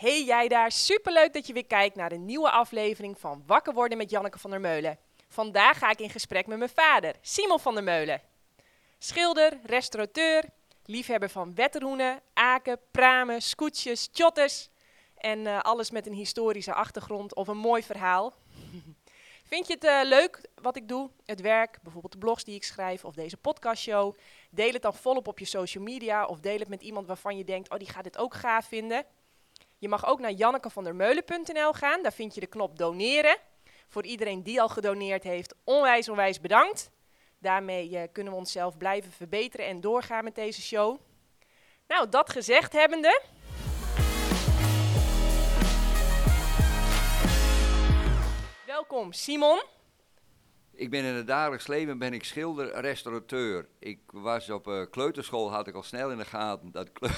Hey jij daar, superleuk dat je weer kijkt naar een nieuwe aflevering van Wakker worden met Janneke van der Meulen. Vandaag ga ik in gesprek met mijn vader, Simon van der Meulen. Schilder, restaurateur, liefhebber van wetterhoenen, aken, pramen, scootjes, tjotters en alles met een historische achtergrond of een mooi verhaal. Vind je het leuk wat ik doe, het werk, bijvoorbeeld de blogs die ik schrijf of deze podcastshow? Deel het dan volop op je social media of deel het met iemand waarvan je denkt, oh die gaat dit ook gaaf vinden. Je mag ook naar jannekevandermeulen.nl gaan, daar vind je de knop doneren. Voor iedereen die al gedoneerd heeft, onwijs bedankt. Daarmee kunnen we onszelf blijven verbeteren en doorgaan met deze show. Nou, dat gezegd hebbende. Welkom Simon. Ik ben in het dagelijks leven schilder, restaurateur. Ik was op kleuterschool, had ik al snel in de gaten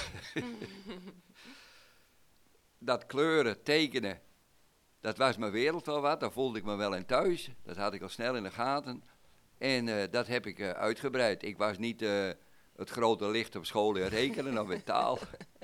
dat kleuren, tekenen, dat was mijn wereld wel wat. Daar voelde ik me wel in thuis. Dat had ik al snel in de gaten. En dat heb ik uitgebreid. Ik was niet het grote licht op school in rekenen of in taal.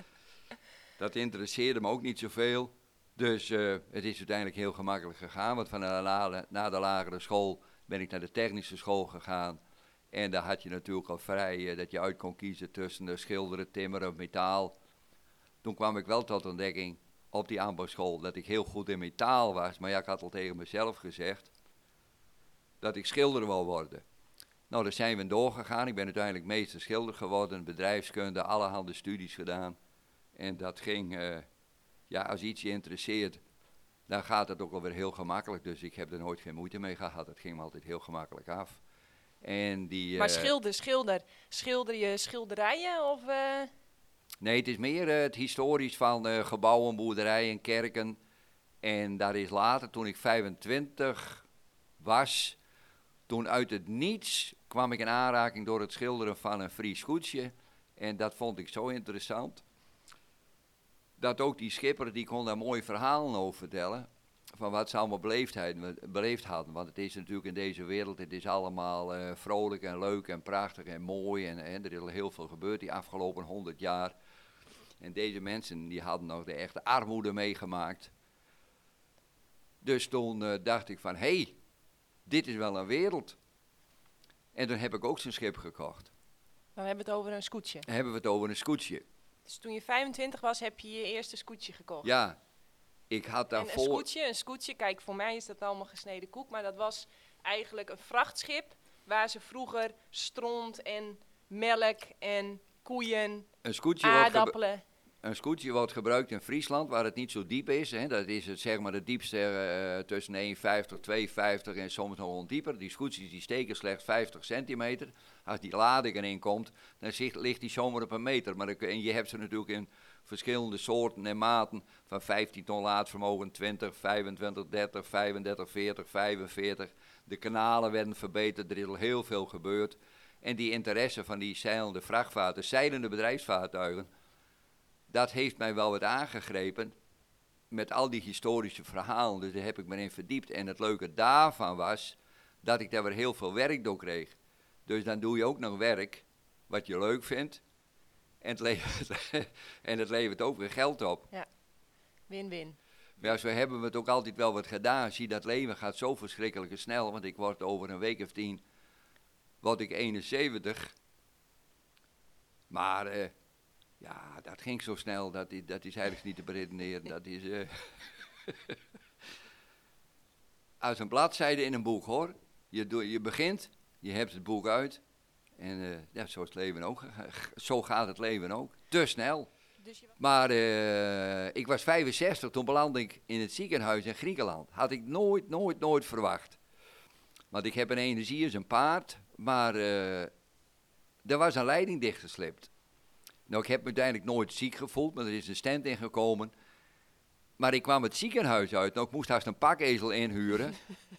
Dat interesseerde me ook niet zoveel. Dus het is uiteindelijk heel gemakkelijk gegaan. Want na de lagere school ben ik naar de technische school gegaan. En daar had je natuurlijk al vrij dat je uit kon kiezen tussen de schilderen, timmeren of metaal. Toen kwam ik wel tot ontdekking op die aanbouwschool dat ik heel goed in metaal was. Maar ja, ik had al tegen mezelf gezegd dat ik schilder wil worden. Nou, daar zijn we doorgegaan. Ik ben uiteindelijk meester schilder geworden, bedrijfskunde, allerhande studies gedaan. En dat ging, als iets je interesseert, dan gaat het ook alweer heel gemakkelijk. Dus ik heb er nooit geen moeite mee gehad. Het ging me altijd heel gemakkelijk af. En Maar schilder je schilderijen of... Nee, het is meer het historisch van gebouwen, boerderijen, kerken. En daar is later, toen ik 25 was, toen uit het niets kwam ik in aanraking door het schilderen van een Fries koetsje. En dat vond ik zo interessant. Dat ook die schipper, die kon daar mooie verhalen over vertellen. Van wat ze allemaal beleefd hadden. Want het is natuurlijk in deze wereld, het is allemaal vrolijk en leuk en prachtig en mooi. En er is heel veel gebeurd die afgelopen 100 jaar. En deze mensen die hadden nog de echte armoede meegemaakt. Dus toen dacht ik van, hé, dit is wel een wereld. En toen heb ik ook zo'n schip gekocht. Dan hebben we het over een scootje. Dan hebben we het over een scootje. Dus toen je 25 was, heb je je eerste scootje gekocht? Ja, ik had daarvoor... Een scootje, kijk, voor mij is dat allemaal gesneden koek, maar dat was eigenlijk een vrachtschip waar ze vroeger stront en melk en koeien, aardappelen... Een scootje wordt gebruikt in Friesland, waar het niet zo diep is. Hè. Dat is het, zeg maar de diepste tussen 1,50, 2,50 en soms nog wel dieper. Die scootjes die steken slechts 50 centimeter. Als die lading erin komt, dan ligt die zomaar op een meter. Maar en je hebt ze natuurlijk in verschillende soorten en maten. Van 15 ton laadvermogen, 20, 25, 30, 35, 40, 45. De kanalen werden verbeterd, er is al heel veel gebeurd. En die interesse van die zeilende vrachtvaarten, zeilende bedrijfsvaartuigen... Dat heeft mij wel wat aangegrepen met al die historische verhalen. Dus daar heb ik me in verdiept. En het leuke daarvan was dat ik daar weer heel veel werk door kreeg. Dus dan doe je ook nog werk wat je leuk vindt. En het levert ook weer geld op. Ja, win-win. Ja, zo hebben we het ook altijd wel wat gedaan. Zie, dat leven gaat zo verschrikkelijk snel. Want ik word over een week of 10, word ik 71. Maar... ja, dat ging zo snel, dat is eigenlijk niet te beredeneren. Dat is als een bladzijde in een boek, hoor. Je begint, je hebt het boek uit. En zo is het leven ook. Zo gaat het leven ook. Te snel. Maar ik was 65, toen belandde ik in het ziekenhuis in Griekenland. Had ik nooit verwacht. Want ik heb een energie als een paard, maar er was een leiding dichtgeslipt. Nou, ik heb me uiteindelijk nooit ziek gevoeld, maar er is een stent ingekomen. Maar ik kwam het ziekenhuis uit, nou, ik moest haast een pakezel inhuren.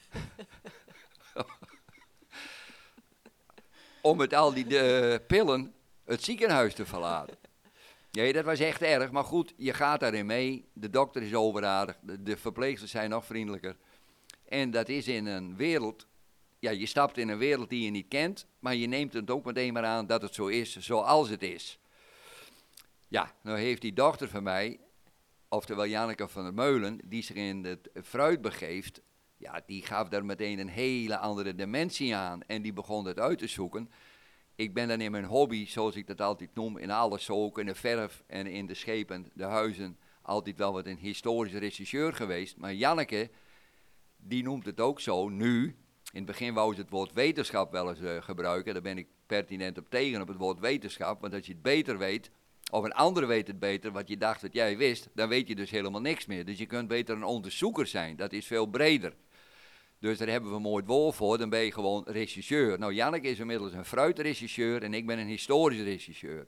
Om met al die pillen het ziekenhuis te verlaten. Nee, dat was echt erg, maar goed, je gaat daarin mee. De dokter is overaardig, de verpleegsters zijn nog vriendelijker. En dat is in een wereld, ja, je stapt in een wereld die je niet kent, maar je neemt het ook meteen maar aan dat het zo is zoals het is. Ja, nou heeft die dochter van mij, oftewel Janneke van der Meulen, die zich in het fruit begeeft, ja, die gaf daar meteen een hele andere dimensie aan. En die begon het uit te zoeken. Ik ben dan in mijn hobby, zoals ik dat altijd noem, in alles zo ook in de verf en in de schepen, de huizen, altijd wel wat een historisch regisseur geweest. Maar Janneke, die noemt het ook zo, nu. In het begin wou ze het woord wetenschap wel eens gebruiken. Daar ben ik pertinent op tegen, op het woord wetenschap. Want als je het beter weet, of een ander weet het beter, wat je dacht dat jij wist, dan weet je dus helemaal niks meer. Dus je kunt beter een onderzoeker zijn, dat is veel breder. Dus daar hebben we een mooi woord voor, dan ben je gewoon regisseur. Nou, Janneke is inmiddels een fruitregisseur en ik ben een historisch regisseur.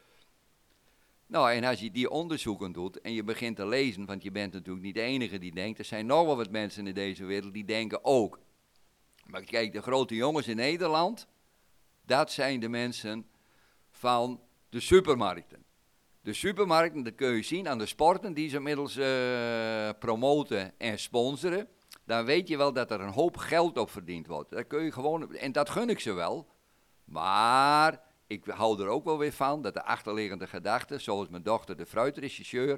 Nou, en als je die onderzoeken doet en je begint te lezen, want je bent natuurlijk niet de enige die denkt, er zijn nog wel wat mensen in deze wereld die denken ook. Maar kijk, de grote jongens in Nederland, dat zijn de mensen van de supermarkten. De supermarkten, dat kun je zien aan de sporten die ze inmiddels promoten en sponsoren. Dan weet je wel dat er een hoop geld op verdiend wordt. Dat kun je gewoon, en dat gun ik ze wel. Maar ik hou er ook wel weer van dat de achterliggende gedachten, zoals mijn dochter de fruitregisseur,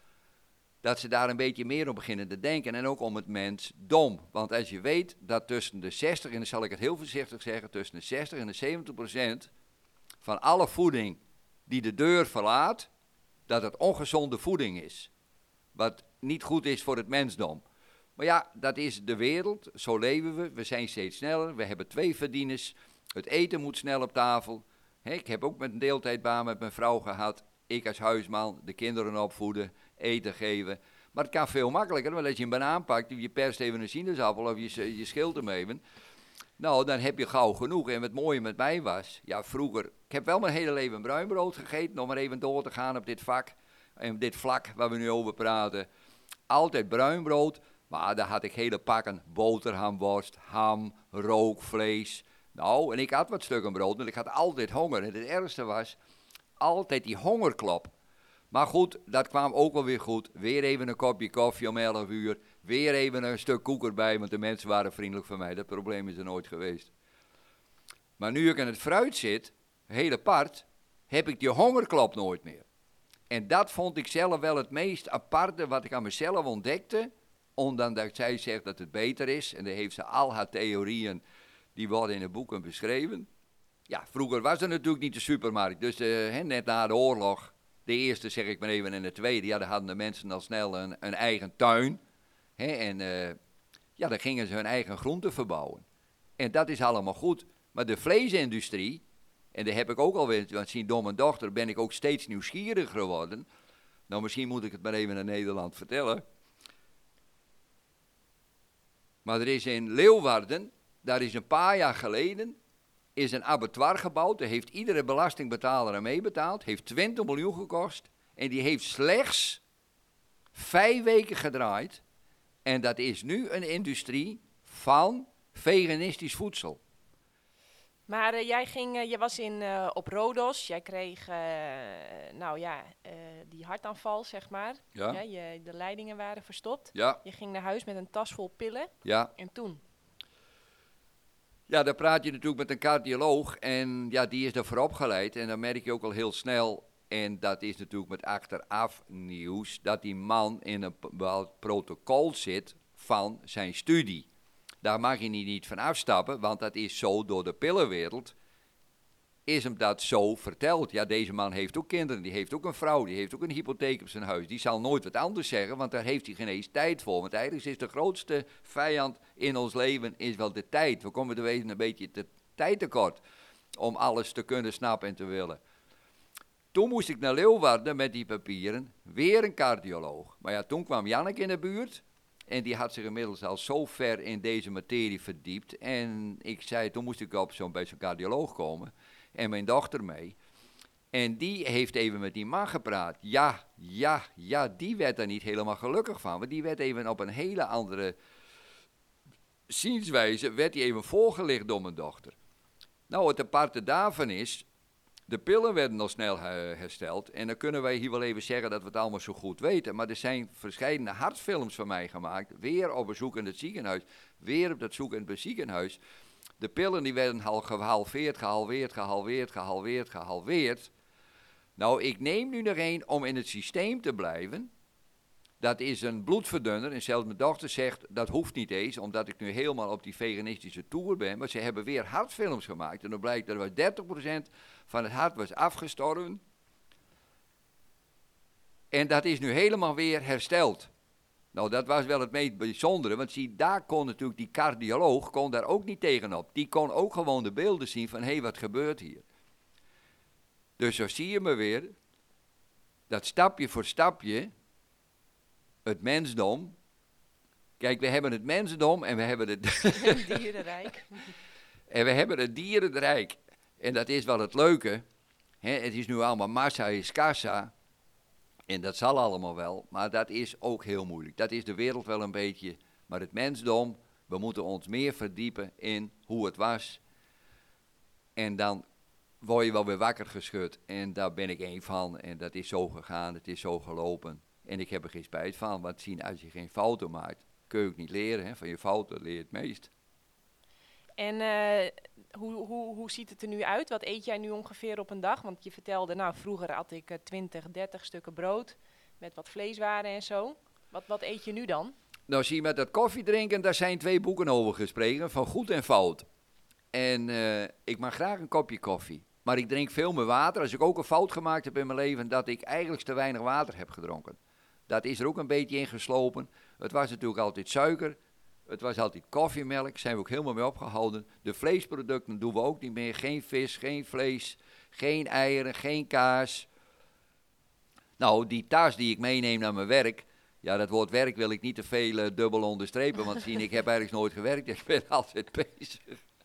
dat ze daar een beetje meer op beginnen te denken. En ook om het mensdom. Want als je weet dat tussen de 60, en dan zal ik het heel voorzichtig zeggen, tussen de 60 en de 70% van alle voeding die de deur verlaat, dat het ongezonde voeding is. Wat niet goed is voor het mensdom. Maar ja, dat is de wereld, zo leven we, we zijn steeds sneller, we hebben 2 verdieners, het eten moet snel op tafel. Ik heb ook met een deeltijdbaan met mijn vrouw gehad, ik als huisman, de kinderen opvoeden, eten geven. Maar het kan veel makkelijker, want als je een banaan pakt, je perst even een sinaasappel of je schilt hem even. Nou, dan heb je gauw genoeg. En wat mooie met mij was, ja vroeger, ik heb wel mijn hele leven bruinbrood gegeten, om maar even door te gaan op dit vak, en dit vlak waar we nu over praten. Altijd bruinbrood. Maar daar had ik hele pakken boterhamworst, ham, rookvlees. Nou, en ik had wat stukken brood, want ik had altijd honger. En het ergste was altijd die hongerklop. Maar goed, dat kwam ook wel weer goed. Weer even een kopje koffie om 11 uur. Weer even een stuk koek erbij, want de mensen waren vriendelijk voor mij. Dat probleem is er nooit geweest. Maar nu ik aan het fruit zit, heel apart, heb ik die hongerklop nooit meer. En dat vond ik zelf wel het meest aparte wat ik aan mezelf ontdekte. Ondanks dat zij zegt dat het beter is. En dan heeft ze al haar theorieën, die worden in de boeken beschreven. Ja, vroeger was er natuurlijk niet de supermarkt. Dus net na de oorlog, de eerste zeg ik maar even en de tweede, ja, dan hadden de mensen al snel een eigen tuin. En dan gingen ze hun eigen groenten verbouwen. En dat is allemaal goed. Maar de vleesindustrie, en daar heb ik ook alweer, want zien door mijn dochter ben ik ook steeds nieuwsgieriger geworden. Nou, misschien moet ik het maar even naar Nederland vertellen. Maar er is in Leeuwarden, daar is een paar jaar geleden, is een abattoir gebouwd. Daar heeft iedere belastingbetaler aan meebetaald. Heeft 20 miljoen gekost. En die heeft slechts 5 weken gedraaid. En dat is nu een industrie van veganistisch voedsel. Maar je was op Rodos, jij kreeg die hartaanval, zeg maar. Ja. Ja, de leidingen waren verstopt. Ja. Je ging naar huis met een tas vol pillen. Ja. En toen? Ja, daar praat je natuurlijk met een cardioloog en ja, die is daarvoor opgeleid. En dan merk je ook al heel snel, en dat is natuurlijk met achteraf nieuws, dat die man in een bepaald protocol zit van zijn studie. Daar mag je niet van afstappen, want dat is zo door de pillenwereld, is hem dat zo verteld. Ja, deze man heeft ook kinderen, die heeft ook een vrouw, die heeft ook een hypotheek op zijn huis. Die zal nooit wat anders zeggen, want daar heeft hij geen eens tijd voor. Want eigenlijk is de grootste vijand in ons leven is wel de tijd. We komen te wezen een beetje tijd tekort om alles te kunnen snappen en te willen. Toen moest ik naar Leeuwarden met die papieren, weer een cardioloog. Maar ja, toen kwam Janneke in de buurt. En die had zich inmiddels al zo ver in deze materie verdiept. En ik zei, toen moest ik bij zo'n cardioloog komen. En mijn dochter mee. En die heeft even met die man gepraat. Ja, die werd er niet helemaal gelukkig van. Want die werd even op een hele andere zienswijze, werd die even voorgelicht door mijn dochter. Nou, het aparte daarvan is, de pillen werden al snel hersteld. En dan kunnen wij hier wel even zeggen dat we het allemaal zo goed weten. Maar er zijn verschillende hartfilms van mij gemaakt. Weer op bezoek in het ziekenhuis. Weer op dat zoek in het ziekenhuis. De pillen die werden al gehalveerd. Nou, ik neem nu nog één om in het systeem te blijven. Dat is een bloedverdunner. En zelfs mijn dochter zegt, dat hoeft niet eens, omdat ik nu helemaal op die veganistische tour ben. Maar ze hebben weer hartfilms gemaakt. En dan blijkt dat er 30% van het hart was afgestorven. En dat is nu helemaal weer hersteld. Nou, dat was wel het meest bijzondere, want zie, daar kon natuurlijk die cardioloog kon daar ook niet tegenop. Die kon ook gewoon de beelden zien van, hé, wat gebeurt hier? Dus zo zie je me weer, dat stapje voor stapje, het mensdom. Kijk, we hebben het mensdom en we hebben het Dierenrijk. en we hebben het dierenrijk. En dat is wel het leuke. Hè? Het is nu allemaal massa is kassa. En dat zal allemaal wel, maar dat is ook heel moeilijk. Dat is de wereld wel een beetje. Maar het mensdom, we moeten ons meer verdiepen in hoe het was. En dan word je wel weer wakker geschud. En daar ben ik één van. En dat is zo gegaan, het is zo gelopen. En ik heb er geen spijt van, want zien, als je geen fouten maakt, kun je ook niet leren. Hè? Van je fouten leer je het meest. En hoe ziet het er nu uit? Wat eet jij nu ongeveer op een dag? Want je vertelde, nou vroeger had ik 20, 30 stukken brood met wat vleeswaren en zo. Wat eet je nu dan? Nou zie je, met dat koffie drinken, daar zijn 2 boeken over geschreven, van goed en fout. En ik mag graag een kopje koffie. Maar ik drink veel meer water. Als ik ook een fout gemaakt heb in mijn leven, dat ik eigenlijk te weinig water heb gedronken. Dat is er ook een beetje in geslopen. Het was natuurlijk altijd suiker. Het was altijd koffiemelk. Zijn we ook helemaal mee opgehouden. De vleesproducten doen we ook niet meer. Geen vis, geen vlees, geen eieren, geen kaas. Nou, die tas die ik meeneem naar mijn werk. Ja, dat woord werk wil ik niet te veel dubbel onderstrepen. Want zien, ik heb eigenlijk nooit gewerkt. Ik ben altijd bezig.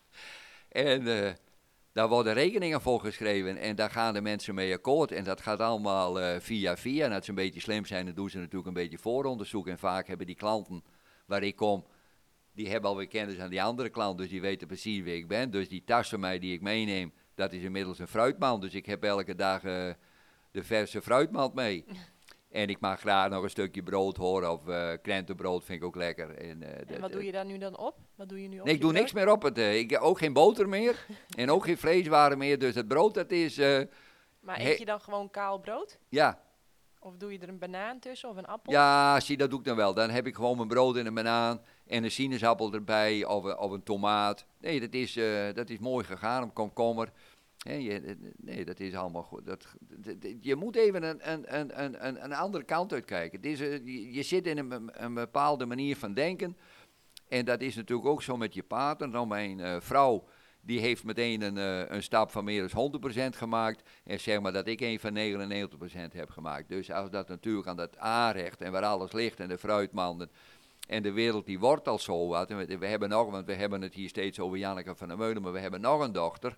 En daar worden rekeningen voor geschreven en daar gaan de mensen mee akkoord. En dat gaat allemaal via. En als ze een beetje slim zijn, dan doen ze natuurlijk een beetje vooronderzoek. En vaak hebben die klanten waar ik kom, die hebben alweer kennis aan die andere klant. Dus die weten precies wie ik ben. Dus die tas van mij die ik meeneem, dat is inmiddels een fruitmand. Dus ik heb elke dag de verse fruitmand mee. En ik mag graag nog een stukje brood horen of krentenbrood vind ik ook lekker. En wat doe je daar nu dan op? Wat doe je nu op? Nee, ik doe niks meer op het. Ik heb ook geen boter meer en ook geen vleeswaren meer. Dus het brood dat is... Maar eet je dan gewoon kaal brood? Ja. Of doe je er een banaan tussen of een appel? Ja, zie, dat doe ik dan wel. Dan heb ik gewoon mijn brood en een banaan en een sinaasappel erbij of een tomaat. Nee, dat is mooi gegaan, een komkommer. Nee, dat is allemaal goed. Je moet even een andere kant uitkijken. Je zit in een bepaalde manier van denken. En dat is natuurlijk ook zo met je partner. Nou, mijn vrouw, die heeft meteen een stap van meer dan 100% gemaakt. En zeg maar dat ik een van 99% heb gemaakt. Dus als dat natuurlijk aan dat aanrecht en waar alles ligt en de fruitmanden en de wereld die wordt al zo wat. En we hebben nog, want we hebben het hier steeds over Janneke van der Meulen, maar we hebben nog een dochter.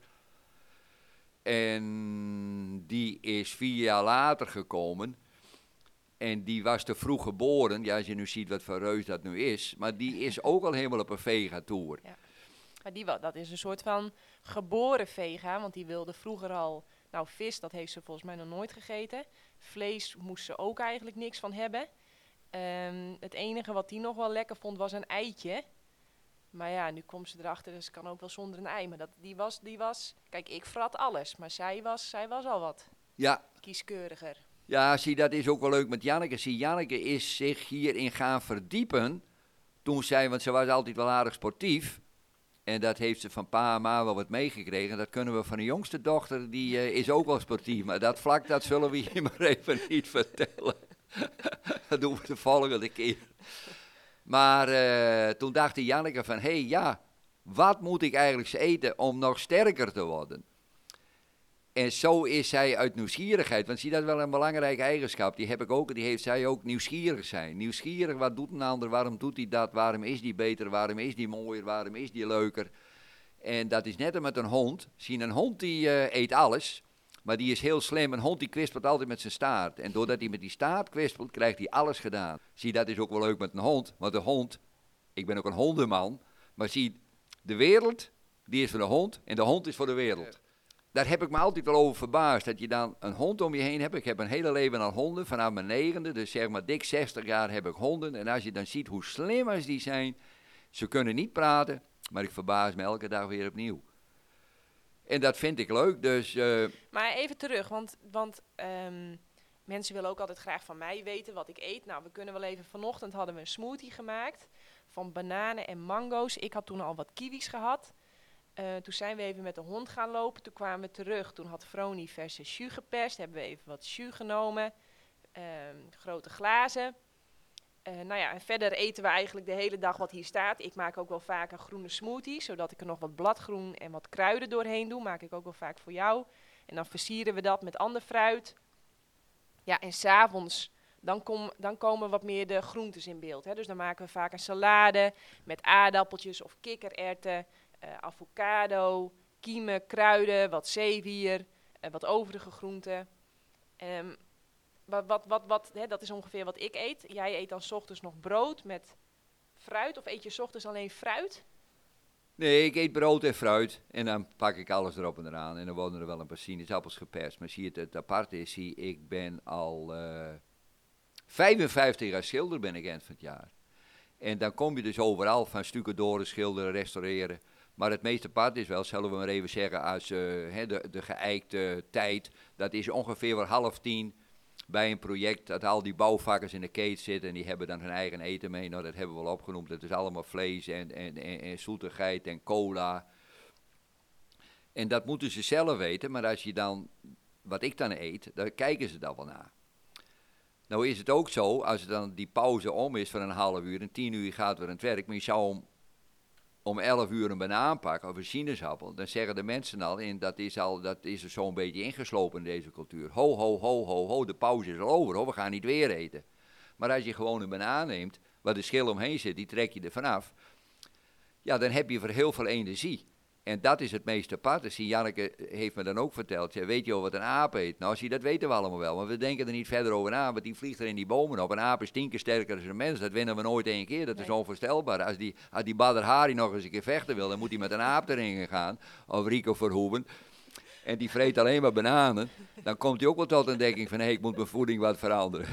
En die is 4 jaar later gekomen. En die was te vroeg geboren. Ja, als je nu ziet wat voor reus dat nu is. Maar die is ook al helemaal op een vegatour. Ja. Maar dat is een soort van geboren vega. Want die wilde vroeger al... Nou, vis, dat heeft ze volgens mij nog nooit gegeten. Vlees moest ze ook eigenlijk niks van hebben. Het enige wat die nog wel lekker vond was een eitje. Maar ja, nu komt ze erachter, dus ze kan ook wel zonder een ei. Maar die was... Kijk, ik vrat alles. Maar zij was al wat kieskeuriger. Ja, zie, dat is ook wel leuk met Janneke. Zie, Janneke is zich hierin gaan verdiepen. Want ze was altijd wel aardig sportief. En dat heeft ze van pa en ma wel wat meegekregen. Dat kunnen we van de jongste dochter, die is ook wel sportief. Maar dat vlak, dat zullen we hier maar even niet vertellen. Dat doen we de volgende keer. Maar toen dacht Janneke van, wat moet ik eigenlijk eten om nog sterker te worden? En zo is zij uit nieuwsgierigheid, want zie, dat is wel een belangrijke eigenschap. Die heeft zij ook, nieuwsgierig zijn. Nieuwsgierig, wat doet een ander, waarom doet hij dat, waarom is die beter, waarom is die mooier, waarom is die leuker. En dat is net als met een hond. Zie, een hond die eet alles, maar die is heel slim. Een hond die kwispelt altijd met zijn staart. En doordat hij met die staart kwispelt, krijgt hij alles gedaan. Zie, dat is ook wel leuk met een hond, want de hond, ik ben ook een hondenman, maar zie, de wereld, die is voor de hond en de hond is voor de wereld. Daar heb ik me altijd wel over verbaasd, dat je dan een hond om je heen hebt. Ik heb een hele leven al honden, vanaf mijn 9e, dus zeg maar dik 60 jaar heb ik honden. En als je dan ziet hoe slim als die zijn, ze kunnen niet praten, maar ik verbaas me elke dag weer opnieuw. En dat vind ik leuk, dus... Maar even terug, want Mensen willen ook altijd graag van mij weten wat ik eet. Nou, we kunnen wel even... Vanochtend hadden we een smoothie gemaakt van bananen en mango's. Ik had toen al wat kiwis gehad. Toen zijn we even met de hond gaan lopen. Toen kwamen we terug. Toen had Vroni verse jus geperst. Hebben we even wat jus genomen. Grote glazen. Nou ja, en verder eten we eigenlijk de hele dag wat hier staat. Ik maak ook wel vaak een groene smoothie, zodat ik er nog wat bladgroen en wat kruiden doorheen doe. Maak ik ook wel vaak voor jou. En dan versieren we dat met ander fruit. Ja, en 's avonds dan komen wat meer de groentes in beeld. Hè. Dus dan maken we vaak een salade met aardappeltjes of kikkererwten, avocado, kiemen, kruiden, wat zeewier, wat overige groenten. Hè, dat is ongeveer wat ik eet. Jij eet dan 's ochtends nog brood met fruit of eet je 's ochtends alleen fruit? Nee, ik eet brood en fruit en dan pak ik alles erop en eraan. En dan worden er wel een paar sinaasappels geperst. Maar zie je, het aparte is, ik ben al 55 jaar schilder ben ik eind van het jaar. En dan kom je dus overal van stucadoren, schilderen, restaureren. Maar het meeste apart is wel, zullen we maar even zeggen, als de geëikte tijd. Dat is ongeveer wel 9:30 bij een project dat al die bouwvakkers in de keet zitten en die hebben dan hun eigen eten mee. Nou, dat hebben we wel opgenoemd. Dat is allemaal vlees en zoetigheid en cola. En dat moeten ze zelf weten, maar als je dan, wat ik dan eet, daar kijken ze dan wel naar. Nou is het ook zo, als het dan die pauze om is van een half uur en 10 uur gaat weer aan het werk, maar je zou om 11 uur een banaan pakken of een sinaasappel, dan zeggen de mensen al, en dat is er zo'n beetje ingeslopen in deze cultuur. Ho, ho, ho, ho, ho, de pauze is al over, hoor, we gaan niet weer eten. Maar als je gewoon een banaan neemt, waar de schil omheen zit, die trek je er vanaf, ja, dan heb je voor heel veel energie. En dat is het meest aparte. Zie, Janneke heeft me dan ook verteld, ja, weet je wel wat een aap eet? Nou, zie, dat weten we allemaal wel, maar we denken er niet verder over na, want die vliegt er in die bomen op. Een aap is 10 keer sterker dan een mens, dat winnen we nooit één keer, dat is onvoorstelbaar. Als die Badr Hari nog eens een keer vechten wil, dan moet hij met een aap erin gaan, of Rico Verhoeven. En die vreet alleen maar bananen, dan komt hij ook wel tot een denking van, hé, ik moet mijn voeding wat veranderen.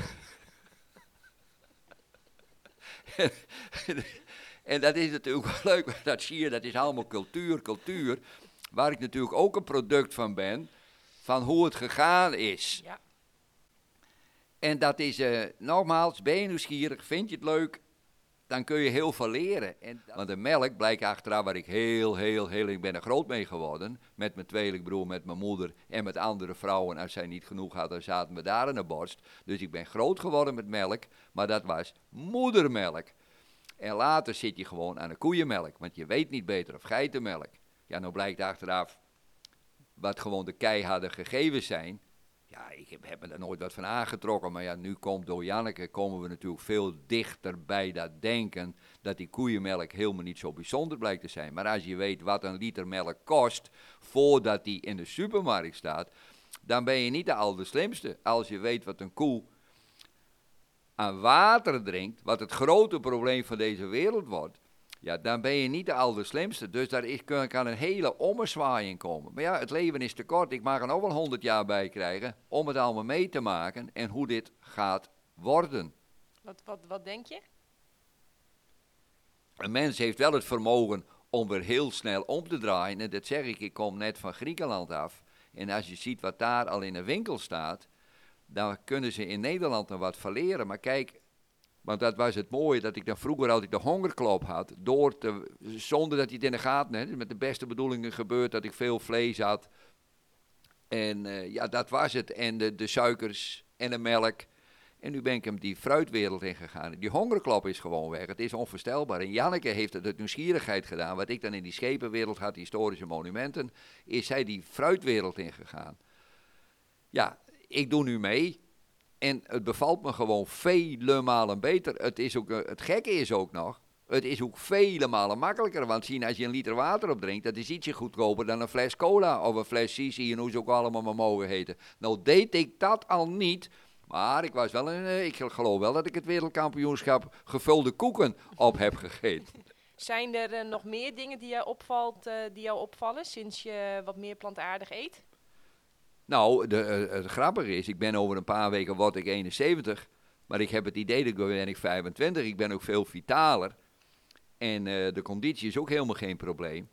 En dat is natuurlijk wel leuk, dat zie je, dat is allemaal cultuur, waar ik natuurlijk ook een product van ben, van hoe het gegaan is. Ja. En dat is, nogmaals, ben je nieuwsgierig, vind je het leuk, dan kun je heel veel leren. Want de melk blijkt achteraf, waar ik ik ben er groot mee geworden, met mijn tweelingbroer, met mijn moeder en met andere vrouwen. Als zij niet genoeg hadden, zaten we daar in de borst. Dus ik ben groot geworden met melk, maar dat was moedermelk. En later zit je gewoon aan de koeienmelk, want je weet niet beter of geitenmelk. Ja, nou blijkt achteraf wat gewoon de keiharde gegevens zijn. Ja, ik heb me daar nooit wat van aangetrokken, maar ja, nu komt door Janneke, komen we natuurlijk veel dichter bij dat denken dat die koeienmelk helemaal niet zo bijzonder blijkt te zijn. Maar als je weet wat een liter melk kost voordat die in de supermarkt staat, dan ben je niet de allerslimste. Als je weet wat een koe aan water drinkt, wat het grote probleem van deze wereld wordt, ja, dan ben je niet de allerslimste. Dus daar kan een hele ommezwaaiing komen. Maar ja, het leven is te kort. Ik mag er nog wel 100 jaar bij krijgen om het allemaal mee te maken en hoe dit gaat worden. Wat denk je? Een mens heeft wel het vermogen om weer heel snel om te draaien. En dat zeg ik kom net van Griekenland af. En als je ziet wat daar al in de winkel staat, dan kunnen ze in Nederland nog wat verleren. Maar kijk, want dat was het mooie, dat ik dan vroeger altijd de hongerklop had, zonder dat je het in de gaten had. Met de beste bedoelingen gebeurd dat ik veel vlees had. En ja, dat was het. En de suikers en de melk. En nu ben ik hem die fruitwereld ingegaan. Die hongerklop is gewoon weg. Het is onvoorstelbaar. En Janneke heeft het uit nieuwsgierigheid gedaan. Wat ik dan in die schepenwereld had, die historische monumenten, is zij die fruitwereld ingegaan. Ja, ik doe nu mee. En het bevalt me gewoon vele malen beter. Het gekke is ook nog, het is ook vele malen makkelijker. Want zie, als je een liter water opdrinkt, dat is ietsje goedkoper dan een fles cola of een fles Sisi en hoe ze ook allemaal maar mogen heten. Nou deed ik dat al niet, maar ik geloof wel dat ik het wereldkampioenschap gevulde koeken op heb gegeten. Zijn er nog meer dingen die jou opvallen sinds je wat meer plantaardig eet? Nou, het grappige is, ik ben over een paar weken word ik 71, maar ik heb het idee dat ben ik 25. Ik ben ook veel vitaler en de conditie is ook helemaal geen probleem.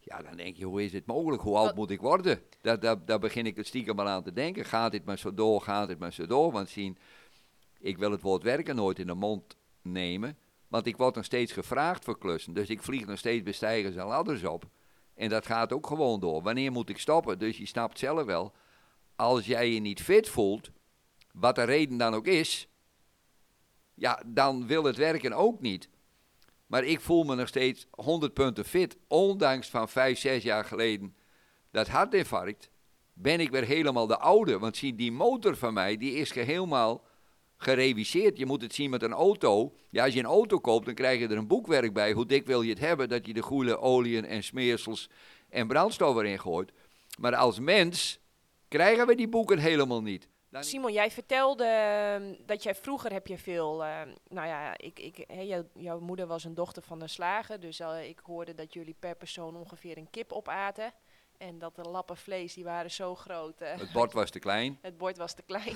Ja, dan denk je, hoe is dit mogelijk? Hoe oud moet ik worden? Daar begin ik het stiekem maar aan te denken. Gaat dit maar zo door, gaat dit maar zo door? Want ik wil het woord werken nooit in de mond nemen. Want ik word nog steeds gevraagd voor klussen. Dus ik vlieg nog steeds bij stijgers en ladders op. En dat gaat ook gewoon door. Wanneer moet ik stoppen? Dus je snapt zelf wel. Als jij je niet fit voelt, wat de reden dan ook is, ja, dan wil het werken ook niet. Maar ik voel me nog steeds 100 punten fit. Ondanks van 5, 6 jaar geleden dat hartinfarct, ben ik weer helemaal de oude. Want zie, die motor van mij, die is helemaal gereviseerd. Je moet het zien met een auto. Ja, als je een auto koopt, dan krijg je er een boekwerk bij. Hoe dik wil je het hebben, dat je de goede oliën en smeersels en brandstof erin gooit. Maar als mens krijgen we die boeken helemaal niet. Simon, jij vertelde dat jij vroeger heb je veel... jouw moeder was een dochter van een slager. Dus ik hoorde dat jullie per persoon ongeveer een kip opaten. En dat de lappen vlees, die waren zo groot. Het bord was te klein. Het bord was te klein.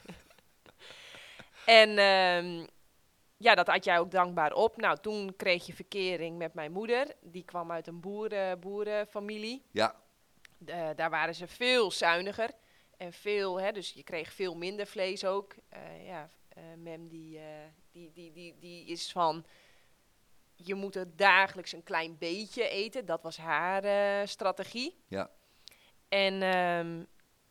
En dat had jij ook dankbaar op. Nou, toen kreeg je verkering met mijn moeder. Die kwam uit een boerenfamilie. Ja. Daar waren ze veel zuiniger. En veel, dus je kreeg veel minder vlees ook. Mem die is van, je moet het dagelijks een klein beetje eten. Dat was haar strategie. Ja. En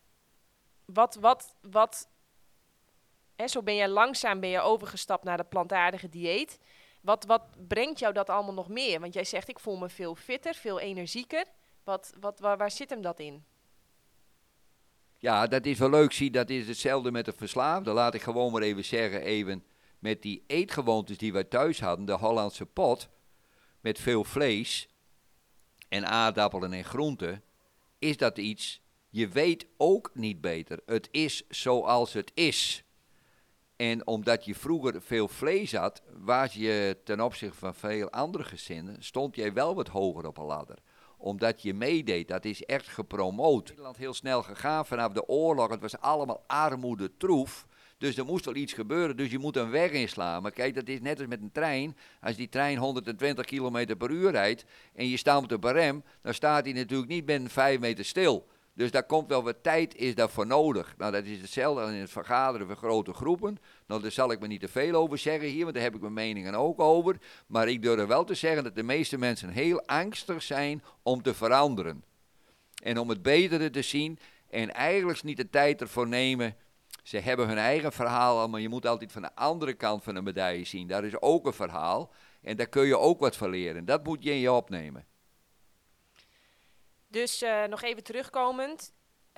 zo ben je langzaam overgestapt naar de plantaardige dieet. Wat brengt jou dat allemaal nog meer? Want jij zegt, ik voel me veel fitter, veel energieker. Waar zit hem dat in? Ja, dat is wel leuk. Zie, dat is hetzelfde met de verslaafde. Laat ik gewoon maar even zeggen, met die eetgewoontes die wij thuis hadden, de Hollandse pot, met veel vlees en aardappelen en groenten, is dat iets, je weet ook niet beter. Het is zoals het is. En omdat je vroeger veel vlees had, was je ten opzichte van veel andere gezinnen, stond jij wel wat hoger op een ladder. Omdat je meedeed, dat is echt gepromoot. Nederland heel snel gegaan vanaf de oorlog, het was allemaal armoede, troef. Dus er moest wel iets gebeuren, dus je moet een weg inslaan. Maar kijk, dat is net als met een trein. Als die trein 120 km per uur rijdt en je staat op een rem, dan staat hij natuurlijk niet binnen 5 meter stil. Dus daar komt wel wat tijd is daarvoor nodig. Nou, dat is hetzelfde in het vergaderen van grote groepen. Nou, daar zal ik me niet te veel over zeggen hier, want daar heb ik mijn meningen ook over. Maar ik durf wel te zeggen dat de meeste mensen heel angstig zijn om te veranderen. En om het betere te zien en eigenlijk niet de tijd ervoor nemen. Ze hebben hun eigen verhaal, maar je moet altijd van de andere kant van de medaille zien. Daar is ook een verhaal en daar kun je ook wat van leren. Dat moet je in je opnemen. Dus nog even terugkomend.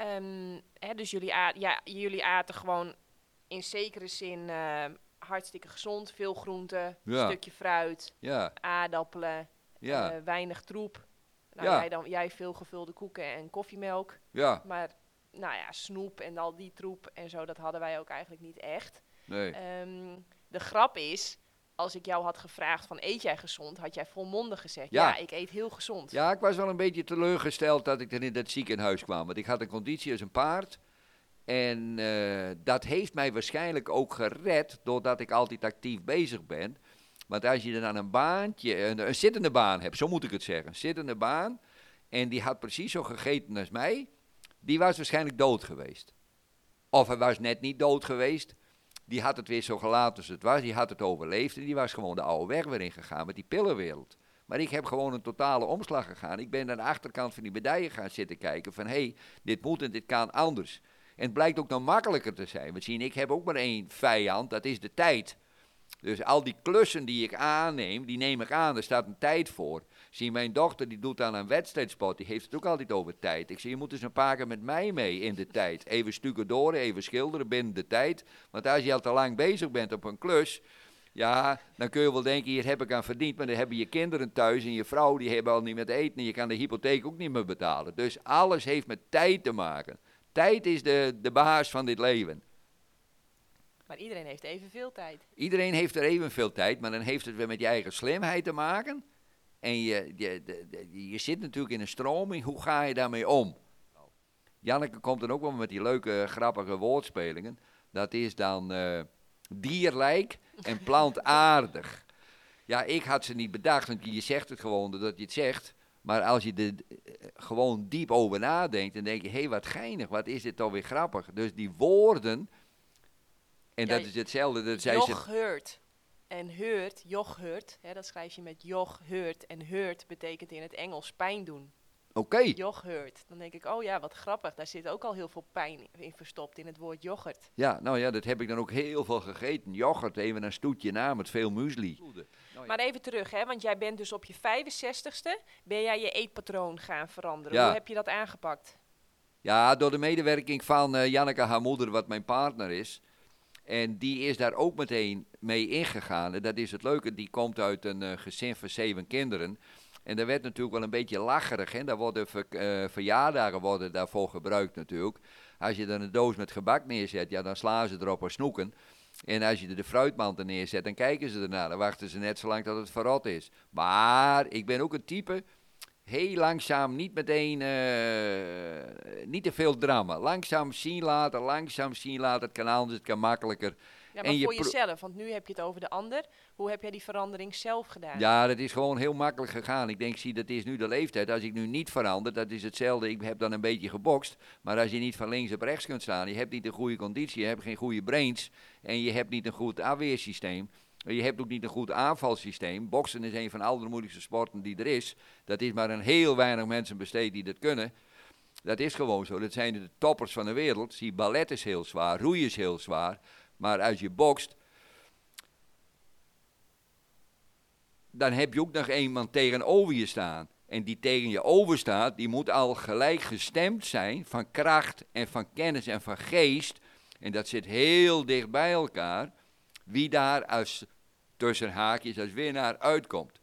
Dus jullie aten gewoon in zekere zin hartstikke gezond. Veel groenten, een stukje fruit, aardappelen, weinig troep. Nou, jij veel gevulde koeken en koffiemelk. Ja. Maar snoep en al die troep en zo, dat hadden wij ook eigenlijk niet echt. Nee. De grap is, als ik jou had gevraagd van eet jij gezond, had jij volmondig gezegd, ja, ik eet heel gezond. Ja, ik was wel een beetje teleurgesteld dat ik er in dat ziekenhuis kwam. Want ik had een conditie als een paard. En dat heeft mij waarschijnlijk ook gered, doordat ik altijd actief bezig ben. Want als je dan een baantje, een zittende baan hebt, zo moet ik het zeggen. Een zittende baan, en die had precies zo gegeten als mij, die was waarschijnlijk dood geweest. Of hij was net niet dood geweest. Die had het weer zo gelaten als het was. Die had het overleefd en die was gewoon de oude weg weer ingegaan met die pillenwereld. Maar ik heb gewoon een totale omslag gegaan. Ik ben aan de achterkant van die medaille gaan zitten kijken van hé, dit moet en dit kan anders. En het blijkt ook nog makkelijker te zijn. Want ik heb ook maar één vijand, dat is de tijd. Dus al die klussen die ik aanneem, die neem ik aan, er staat een tijd voor. Mijn dochter die doet aan een wedstrijdsport, die heeft het ook altijd over tijd. Ik zeg, je moet eens een paar keer met mij mee in de tijd. Even stukken door, even schilderen binnen de tijd. Want als je al te lang bezig bent op een klus, ja, dan kun je wel denken, hier heb ik aan verdiend. Maar dan hebben je kinderen thuis en je vrouw, die hebben al niet meer te eten. En je kan de hypotheek ook niet meer betalen. Dus alles heeft met tijd te maken. Tijd is de baas van dit leven. Maar iedereen heeft evenveel tijd. Iedereen heeft er evenveel tijd, maar dan heeft het weer met je eigen slimheid te maken. En je zit natuurlijk in een stroming, hoe ga je daarmee om? Janneke komt dan ook wel met die leuke, grappige woordspelingen. Dat is dan dierlijk en plantaardig. Ja, ik had ze niet bedacht, want je zegt het gewoon doordat je het zegt. Maar als je er gewoon diep over nadenkt, dan denk je, hé, wat geinig, wat is dit toch weer grappig. Dus die woorden, en Ja, dat is hetzelfde, dat zei ze... Yoghurt en heurt, yoghurt, hè, dat schrijf je met yoghurt. En heurt betekent in het Engels pijn doen. Oké, Yoghurt. Dan denk ik, oh ja, wat grappig. Daar zit ook al heel veel pijn in verstopt in het woord yoghurt. ja, nou ja, dat heb ik dan ook heel veel gegeten. Yoghurt, even een stoetje na met veel muesli. Maar even terug, hè, want jij bent dus op je 65ste, ben jij je eetpatroon gaan veranderen. Ja. Hoe heb je dat aangepakt? Ja, door de medewerking van Janneke, haar moeder, wat mijn partner is. En die is daar ook meteen mee ingegaan. En dat is het leuke, die komt uit een gezin van 7 kinderen. En daar werd natuurlijk wel een beetje lacherig. Hè? Daar worden verjaardagen worden daarvoor gebruikt natuurlijk. Als je dan een doos met gebak neerzet, ja, dan slaan ze erop als snoeken. En als je er de fruitmand neerzet, dan kijken ze ernaar. Dan wachten ze net zo lang tot het verrot is. Maar ik ben ook een type, heel langzaam, niet meteen, niet te veel drama. Langzaam zien laten. Het kan anders, het kan makkelijker. Ja, En maar je voor jezelf, want nu heb je het over de ander. Hoe heb jij die verandering zelf gedaan? Ja, dat is gewoon heel makkelijk gegaan. Ik denk, zie, dat is nu de leeftijd. Als ik nu niet verander, dat is hetzelfde. Ik heb dan een beetje gebokst. Maar als je niet van links op rechts kunt staan, je hebt niet een goede conditie, je hebt geen goede brains en je hebt niet een goed afweersysteem. Je hebt ook niet een goed aanvalsysteem. Boksen is een van de allermoeilijkste sporten die er is. Dat is maar een heel weinig mensen besteed die dat kunnen. Dat is gewoon zo. Dat zijn de toppers van de wereld. Zie, ballet is heel zwaar, roeien is heel zwaar. Maar als je bokst, dan heb je ook nog iemand tegenover je staan. En die tegen je over staat, die moet al gelijk gestemd zijn van kracht en van kennis en van geest. En dat zit heel dicht bij elkaar. Wie daar als, tussen haakjes, als winnaar uitkomt.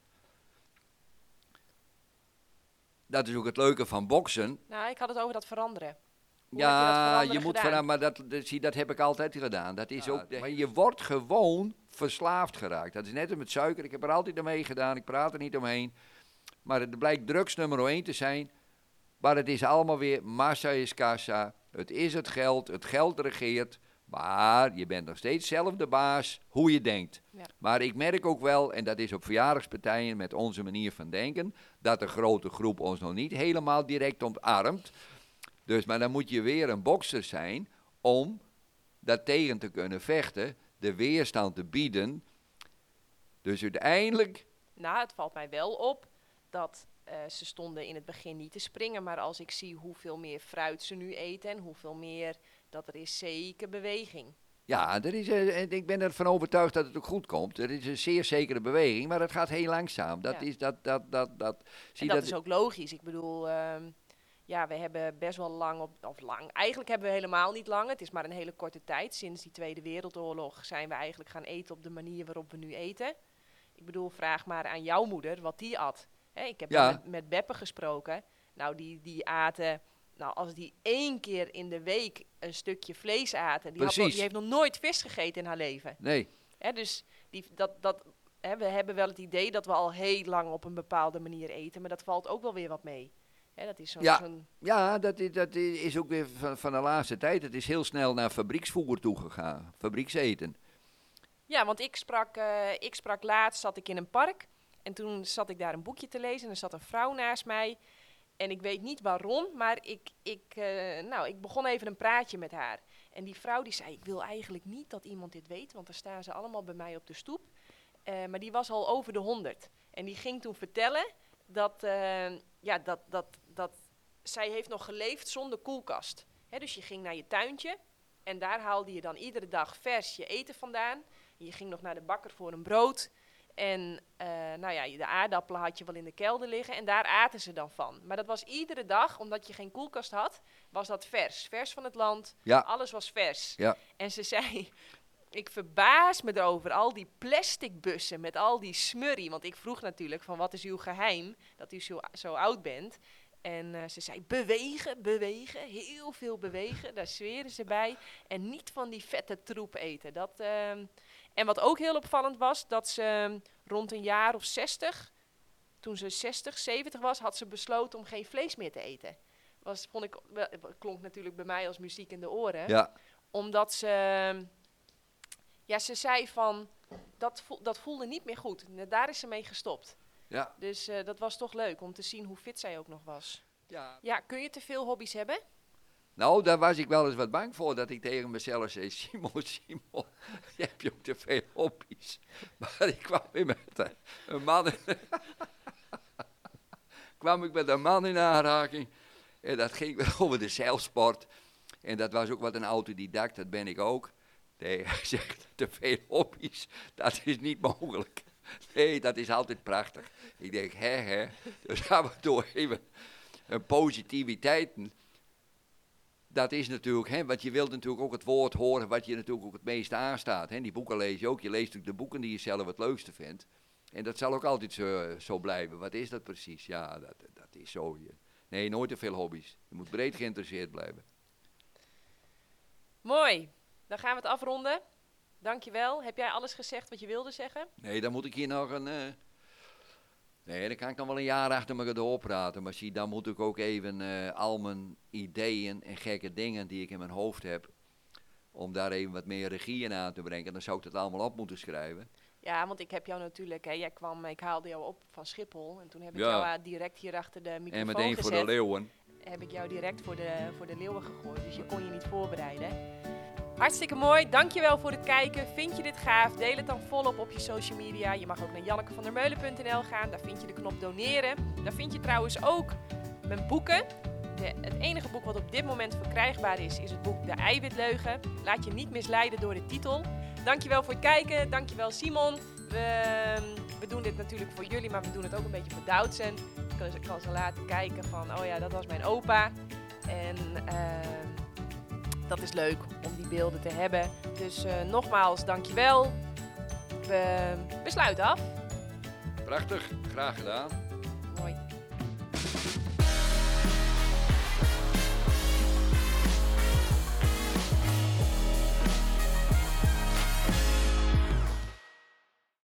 Dat is ook het leuke van boksen. Nou, ik had het over dat veranderen. Hoe Ja, heb je dat veranderen je moet gedaan? maar dat heb ik altijd gedaan. Dat is ook, maar je wordt gewoon verslaafd geraakt. Dat is net als met suiker. Ik heb er altijd mee gedaan. Ik praat er niet omheen. Maar het blijkt drugs nummer 1 te zijn. Maar het is allemaal weer massa is kassa. Het is het geld regeert. Maar je bent nog steeds zelf de baas hoe je denkt. Ja. Maar ik merk ook wel, en dat is op verjaardagspartijen met onze manier van denken, dat de grote groep ons nog niet helemaal direct omarmt. Dus, maar dan moet je weer een bokser zijn om dat tegen te kunnen vechten, de weerstand te bieden. Dus uiteindelijk... Nou, het valt mij wel op dat ze stonden in het begin niet te springen. Maar als ik zie hoeveel meer fruit ze nu eten en hoeveel meer, dat er is zeker beweging. Ja, ik ben ervan overtuigd dat het ook goed komt. Er is een zeer zekere beweging, maar het gaat heel langzaam. Dat Ja. is En dat is ook logisch. Ik bedoel, ja, we hebben best wel lang, eigenlijk hebben we helemaal niet lang. Het is maar een hele korte tijd. Sinds die Tweede Wereldoorlog zijn we eigenlijk gaan eten op de manier waarop we nu eten. Ik bedoel, vraag maar aan jouw moeder wat die at. Hè, ik heb met Beppe gesproken. Nou, die aten... Nou, als die 1 keer in de week een stukje vlees aten... Die heeft nog nooit vis gegeten in haar leven. Nee. Hè, dus we hebben wel het idee dat we al heel lang op een bepaalde manier eten... maar dat valt ook wel weer wat mee. Hè, dat is dat is ook weer van de laatste tijd. Het is heel snel naar fabrieksvoer toegegaan. Fabriekseten. Ja, want ik sprak laatst, zat ik in een park... en toen zat ik daar een boekje te lezen... en er zat een vrouw naast mij... En ik weet niet waarom, maar ik begon even een praatje met haar. En die vrouw die zei, ik wil eigenlijk niet dat iemand dit weet, want dan staan ze allemaal bij mij op de stoep. Maar die was al over de 100. En die ging toen vertellen dat zij heeft nog geleefd zonder koelkast. Hè, dus je ging naar je tuintje en daar haalde je dan iedere dag vers je eten vandaan. En je ging nog naar de bakker voor een brood. En de aardappelen had je wel in de kelder liggen en daar aten ze dan van. Maar dat was iedere dag, omdat je geen koelkast had, was dat vers. Vers van het land, alles was vers. Ja. En ze zei, ik verbaas me erover, al die plastic bussen met al die smurrie. Want ik vroeg natuurlijk van wat is uw geheim, dat u zo oud bent. En ze zei, bewegen, heel veel bewegen, daar zweren ze bij. En niet van die vette troep eten. En wat ook heel opvallend was, dat ze rond een jaar of 60, toen ze 60, 70 was, had ze besloten om geen vlees meer te eten. Klonk natuurlijk bij mij als muziek in de oren. Ja. Omdat ze zei van, dat voelde niet meer goed. Daar is ze mee gestopt. Ja. Dus dat was toch leuk om te zien hoe fit zij ook nog was. Ja. Ja, kun je te veel hobby's hebben? Nou, daar was ik wel eens wat bang voor, dat ik tegen mezelf zei, Simon, je hebt ook te veel hobby's. Maar ik kwam weer met een man met een man in aanraking. En dat ging weer over de zeilsport. En dat was ook wat een autodidact, dat ben ik ook. Nee, hij zegt, te veel hobby's, dat is niet mogelijk. Nee, dat is altijd prachtig. Ik denk, hè. Dus gaan we door even een positiviteit. Dat is natuurlijk, hè, want je wilt natuurlijk ook het woord horen wat je natuurlijk ook het meest aanstaat. Hè. Die boeken lees je ook. Je leest natuurlijk de boeken die je zelf het leukste vindt. En dat zal ook altijd zo blijven. Wat is dat precies? Ja, dat is zo. Nee, nooit te veel hobby's. Je moet breed geïnteresseerd blijven. Mooi. Dan gaan we het afronden. Dankjewel. Heb jij alles gezegd wat je wilde zeggen? Nee, dan moet ik hier nog een... Nee, dan kan ik nog wel een jaar achter me doorpraten. Maar zie, dan moet ik ook even al mijn ideeën en gekke dingen die ik in mijn hoofd heb, om daar even wat meer regie in aan te brengen. Dan zou ik dat allemaal op moeten schrijven. Ja, want ik heb jou natuurlijk, hè, ik haalde jou op van Schiphol. En toen heb ik jou direct hier achter de microfoon en meteen gezet. voor de leeuwen. Heb ik jou direct voor de leeuwen gegooid. Dus je kon je niet voorbereiden. Hartstikke mooi. Dankjewel voor het kijken. Vind je dit gaaf? Deel het dan volop op je social media. Je mag ook naar jannekevandermeulen.nl gaan. Daar vind je de knop doneren. Daar vind je trouwens ook mijn boeken. Het enige boek wat op dit moment verkrijgbaar is het boek De Eiwitleugen. Laat je niet misleiden door de titel. Dankjewel voor het kijken. Dankjewel Simon. We doen dit natuurlijk voor jullie, maar we doen het ook een beetje voor Doutzen. Ik kan ze laten kijken van, oh ja, dat was mijn opa. En dat is leuk om die beelden te hebben. Dus nogmaals, dankjewel. We sluiten af. Prachtig, graag gedaan.